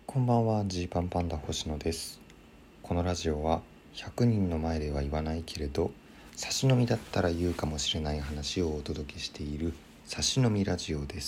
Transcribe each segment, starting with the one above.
こんばんは、ジーパンパンダ星野です。このラジオは100人の前では言わないけれど差し飲みだったら言うかもしれない話をお届けしている差し飲みラジオです。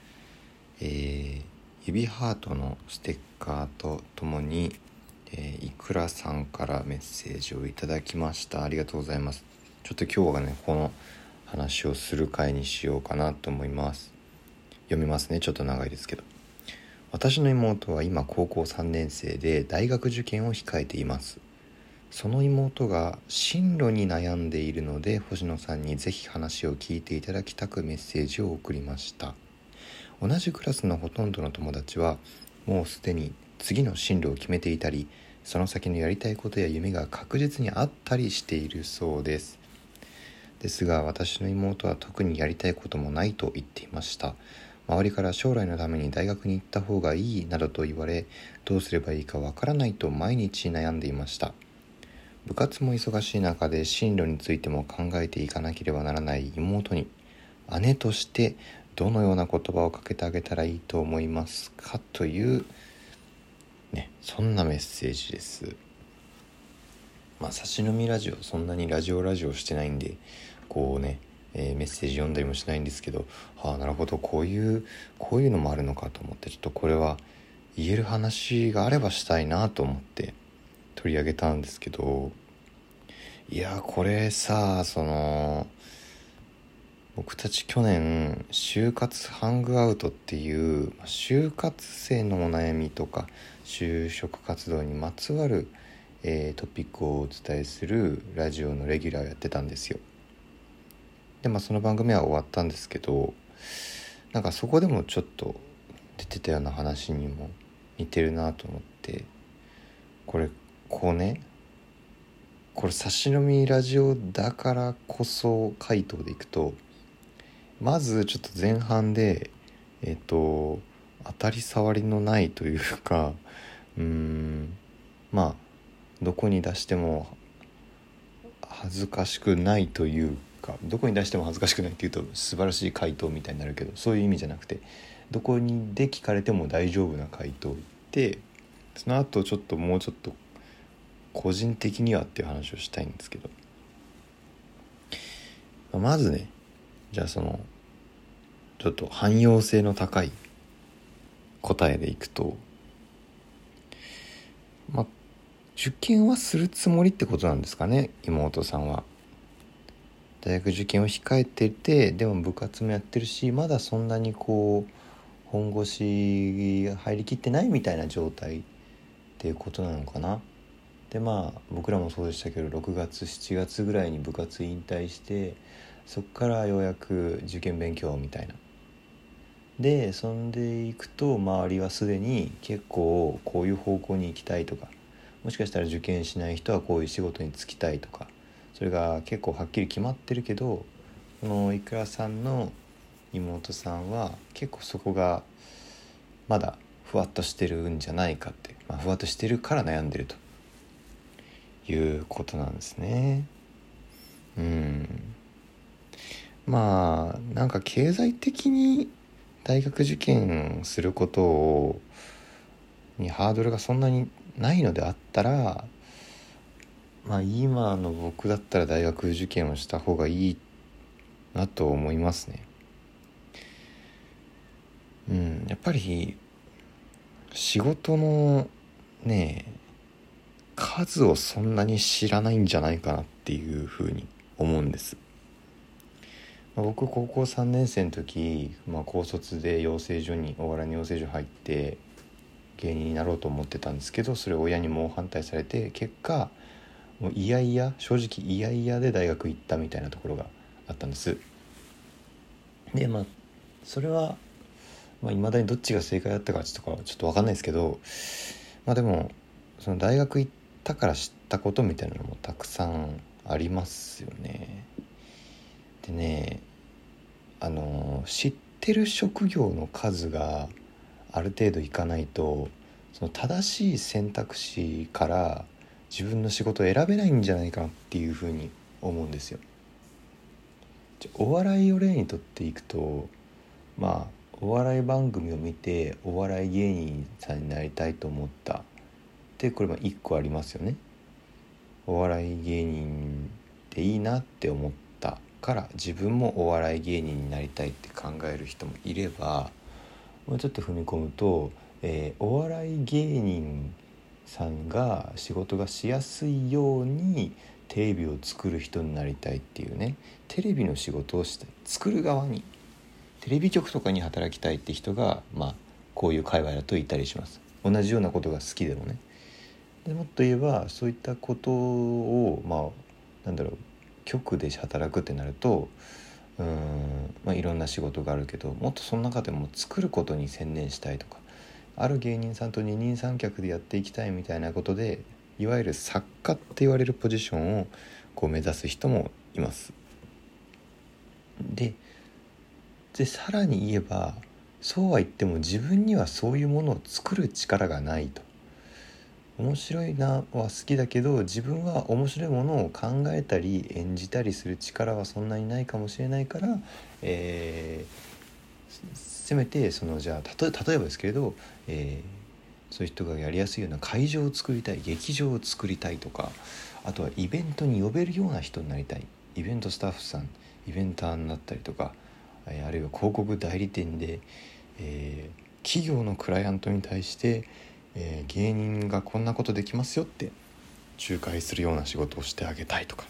指ハートのステッカーとともに、いくらさんからメッセージをいただきました。ありがとうございます。ちょっと今日はねこの話をする回にしようかなと思います。読みますね。ちょっと長いですけど、私の妹は今高校3年生で大学受験を控えています。その妹が進路に悩んでいるので星野さんにぜひ話を聞いていただきたくメッセージを送りました。同じクラスのほとんどの友達はもうすでに次の進路を決めていたり、その先のやりたいことや夢が確実にあったりしているそうです。ですが私の妹は特にやりたいこともないと言っていました。周りから将来のために大学に行った方がいいなどと言われ、どうすればいいかわからないと毎日悩んでいました。部活も忙しい中で進路についても考えていかなければならない妹に、姉としてどのような言葉をかけてあげたらいいと思いますか、というそんなメッセージです。差し飲みラジオ、そんなにラジオしてないんでメッセージ読んだりもしないんですけど、なるほど、こういうのもあるのかと思って、ちょっとこれは言える話があればしたいなと思って取り上げたんですけど、いやこれさ、僕たち去年就活ハングアウトっていう就活生のお悩みとか就職活動にまつわる、トピックをお伝えするラジオのレギュラーをやってたんですよ。でその番組は終わったんですけど、そこでもちょっと出てたような話にも似てるなと思って、これ差し飲みラジオだからこそ回答でいくと、まずちょっと前半で当たり障りのないというか、どこに出しても恥ずかしくないというか、どこに出しても恥ずかしくないっていうと素晴らしい回答みたいになるけど、そういう意味じゃなくて、どこにで聞かれても大丈夫な回答で、その後もうちょっと個人的にはっていう話をしたいんですけど、まずね、じゃあちょっと汎用性の高い答えでいくと、受験はするつもりってことなんですかね。妹さんは大学受験を控えてて、でも部活もやってるし、まだそんなに本腰入りきってないみたいな状態っていうことなのかな。で僕らもそうでしたけど、6月7月ぐらいに部活引退して、そっからようやく受験勉強みたいなで、そんでいくと周りはすでに結構こういう方向に行きたいとか、もしかしたら受験しない人はこういう仕事に就きたいとか、それが結構はっきり決まってるけど、このいくらさんの妹さんは結構そこがまだふわっとしてるんじゃないかって、ふわっとしてるから悩んでるということなんですね。経済的に大学受験することにハードルがそんなにないのであったら、今の僕だったら大学受験をした方がいいなと思いますね。やっぱり仕事の数をそんなに知らないんじゃないかなっていうふうに思うんです。僕高校3年生の時、高卒でお笑いの養成所入って芸人になろうと思ってたんですけど、それを親にも反対されて、結果もう正直いやいやで大学行ったみたいなところがあったんです。でそれは未だにどっちが正解だったかちょっと分かんないですけど、でもその大学行ったから知ったことみたいなのもたくさんありますよね。で知ってる職業の数がある程度いかないと、その正しい選択肢から自分の仕事を選べないんじゃないかなっていうふうに思うんですよ。お笑いを例にとっていくと、 お笑い番組を見てお笑い芸人さんになりたいと思ったで、これ1個ありますよね。お笑い芸人でいいなって思ったから自分もお笑い芸人になりたいって考える人もいれば、もうちょっと踏み込むと、お笑い芸人さんが仕事がしやすいようにテレビを作る人になりたいっていうね、テレビの仕事をして作る側に、テレビ局とかに働きたいって人が、こういう界隈だといたりします。同じようなことが好きでもね。でもっと言えばそういったことを局で働くってなるといろんな仕事があるけど、もっとその中でも作ることに専念したいとか、ある芸人さんと二人三脚でやっていきたいみたいなことで、いわゆる作家って言われるポジションを目指す人もいます。でさらに言えば、そうは言っても自分にはそういうものを作る力がないと。面白いなは好きだけど、自分は面白いものを考えたり演じたりする力はそんなにないかもしれないから、せめてじゃあ例えばですけれど、そういう人がやりやすいような会場を作りたい、劇場を作りたいとか、あとはイベントに呼べるような人になりたい、イベントスタッフさん、イベンターになったりとか、あるいは広告代理店で、企業のクライアントに対して、芸人がこんなことできますよって仲介するような仕事をしてあげたいとか、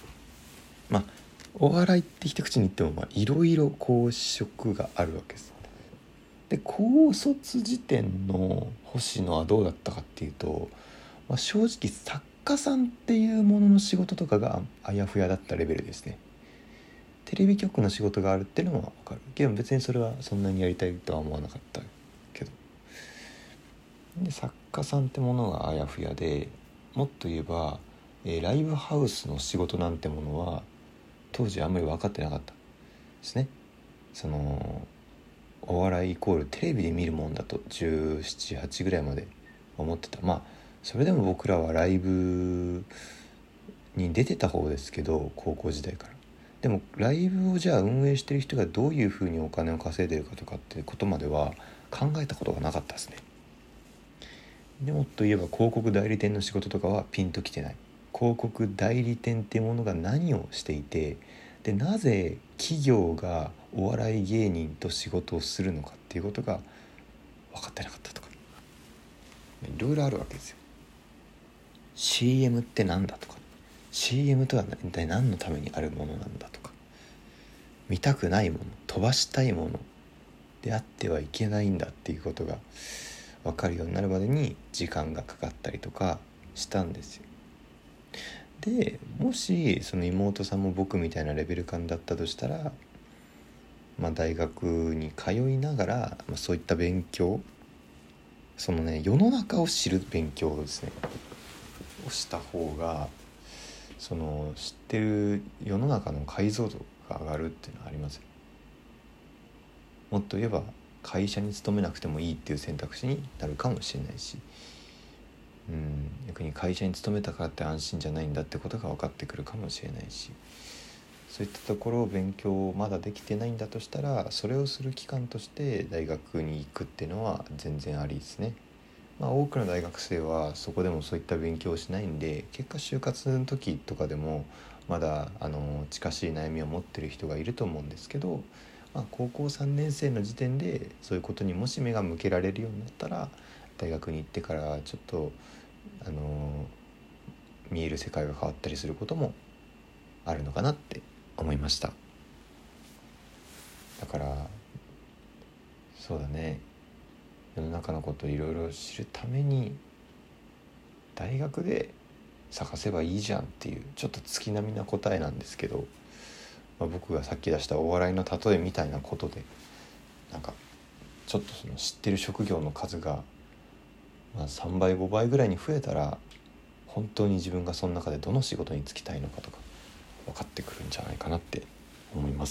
お笑いって一口に言ってもいろいろ職があるわけです。で高卒時点の星野はどうだったかっていうと、正直作家さんっていうものの仕事とかがあやふやだったレベルですね。テレビ局の仕事があるっていうのは分かるけど、別にそれはそんなにやりたいとは思わなかったけど、で作家さんってものがあやふやで、もっと言えば、ライブハウスの仕事なんてものは当時あんまり分かってなかったですね。お笑いイコールテレビで見るもんだと17、8ぐらいまで思ってた。それでも僕らはライブに出てた方ですけど、高校時代から。でもライブをじゃあ運営してる人がどういうふうにお金を稼いでるかとかってことまでは考えたことがなかったですね。でもっと言えば広告代理店の仕事とかはピンときてない。広告代理店っていうものが何をしていて、でなぜ企業がお笑い芸人と仕事をするのかっていうことが分かってなかったとか、いろいろあるわけですよ。 CM ってなんだとか、 CM とは一体何のためにあるものなんだとか、見たくないもの、飛ばしたいものであってはいけないんだっていうことが分かるようになるまでに時間がかかったりとかしたんですよ。でもしその妹さんも僕みたいなレベル感だったとしたら、大学に通いながら、そういった勉強、世の中を知る勉強ですねをした方が、知ってる世の中の解像度が上がるっていうのはあります。もっと言えば会社に勤めなくてもいいっていう選択肢になるかもしれないし、逆に会社に勤めたからって安心じゃないんだってことが分かってくるかもしれないし、そういったところを勉強まだできてないんだとしたら、それをする期間として大学に行くっていうのは全然ありですね。多くの大学生はそこでもそういった勉強をしないんで、結果就活の時とかでもまだ近しい悩みを持ってる人がいると思うんですけど、高校3年生の時点でそういうことにもし目が向けられるようになったら、大学に行ってからちょっと見える世界が変わったりすることもあるのかなって思いました。だからそうだね、世の中のことをいろいろ知るために大学で探せばいいじゃんっていう、ちょっと月並みな答えなんですけど、僕がさっき出したお笑いの例えみたいなことで、ちょっと知ってる職業の数が、3倍5倍ぐらいに増えたら、本当に自分がその中でどの仕事に就きたいのかとか分かってくるんじゃないかなって思います。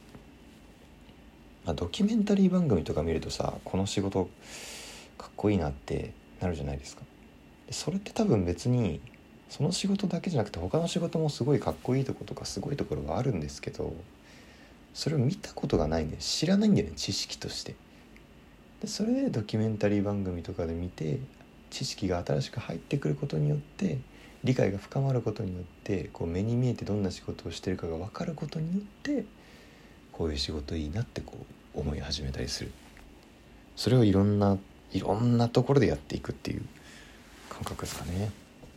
ドキュメンタリー番組とか見るとさ、この仕事かっこいいなってなるじゃないですか。それって多分別にその仕事だけじゃなくて他の仕事もすごいかっこいいところとかすごいところがあるんですけど、 それを見たことがないんで知らないんだよね、知識として。でそれでドキュメンタリー番組とかで見て知識が新しく入ってくることによって理解が深まることによってこう目に見えてどんな仕事をしてるかが分かることによってこういう仕事いいなってこう思い始めたりする。それをいろんなところでやっていくっていう感覚ですかね。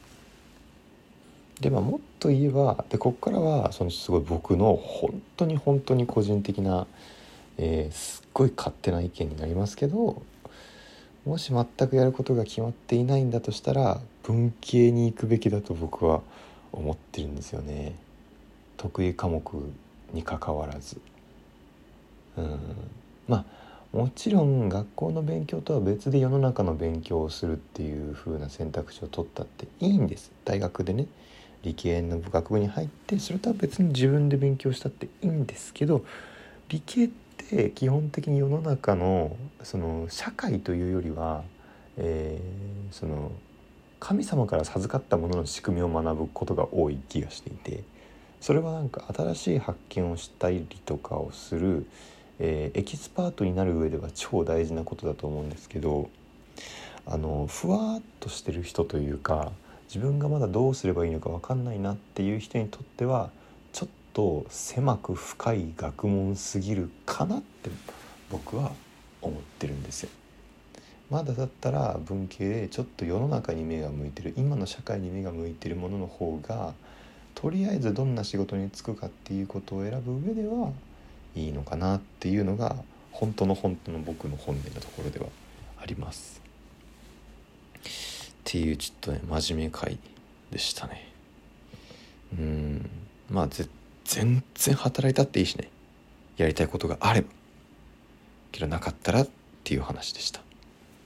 でもっと言えばここからはすごい僕の本当に個人的な、すっごい勝手な意見になりますけど、もし全くやることが決まっていないんだとしたら文系に行くべきだと僕は思ってるんですよね。得意科目に関わらず、もちろん学校の勉強とは別で世の中の勉強をするっていう風な選択肢を取ったっていいんです。大学でね理系の学部に入ってそれとは別に自分で勉強したっていいんですけど、理系って基本的に世の中の社会というよりは、神様から授かったものの仕組みを学ぶことが多い気がしていて、それはなんか新しい発見をしたりとかをする、エキスパートになる上では超大事なことだと思うんですけど、ふわっとしてる人というか自分がまだどうすればいいのか分かんないなっていう人にとってはちょっと狭く深い学問すぎるかなって僕は思ってるんですよ。まだだったら文系でちょっと世の中に目が向いてる今の社会に目が向いてるものの方がとりあえずどんな仕事に就くかっていうことを選ぶ上ではいいのかなっていうのが本当の僕の本音のところではありますっていうちょっとね真面目回でしたね。全然働いたっていいしね、やりたいことがあればけどなかったらっていう話でした。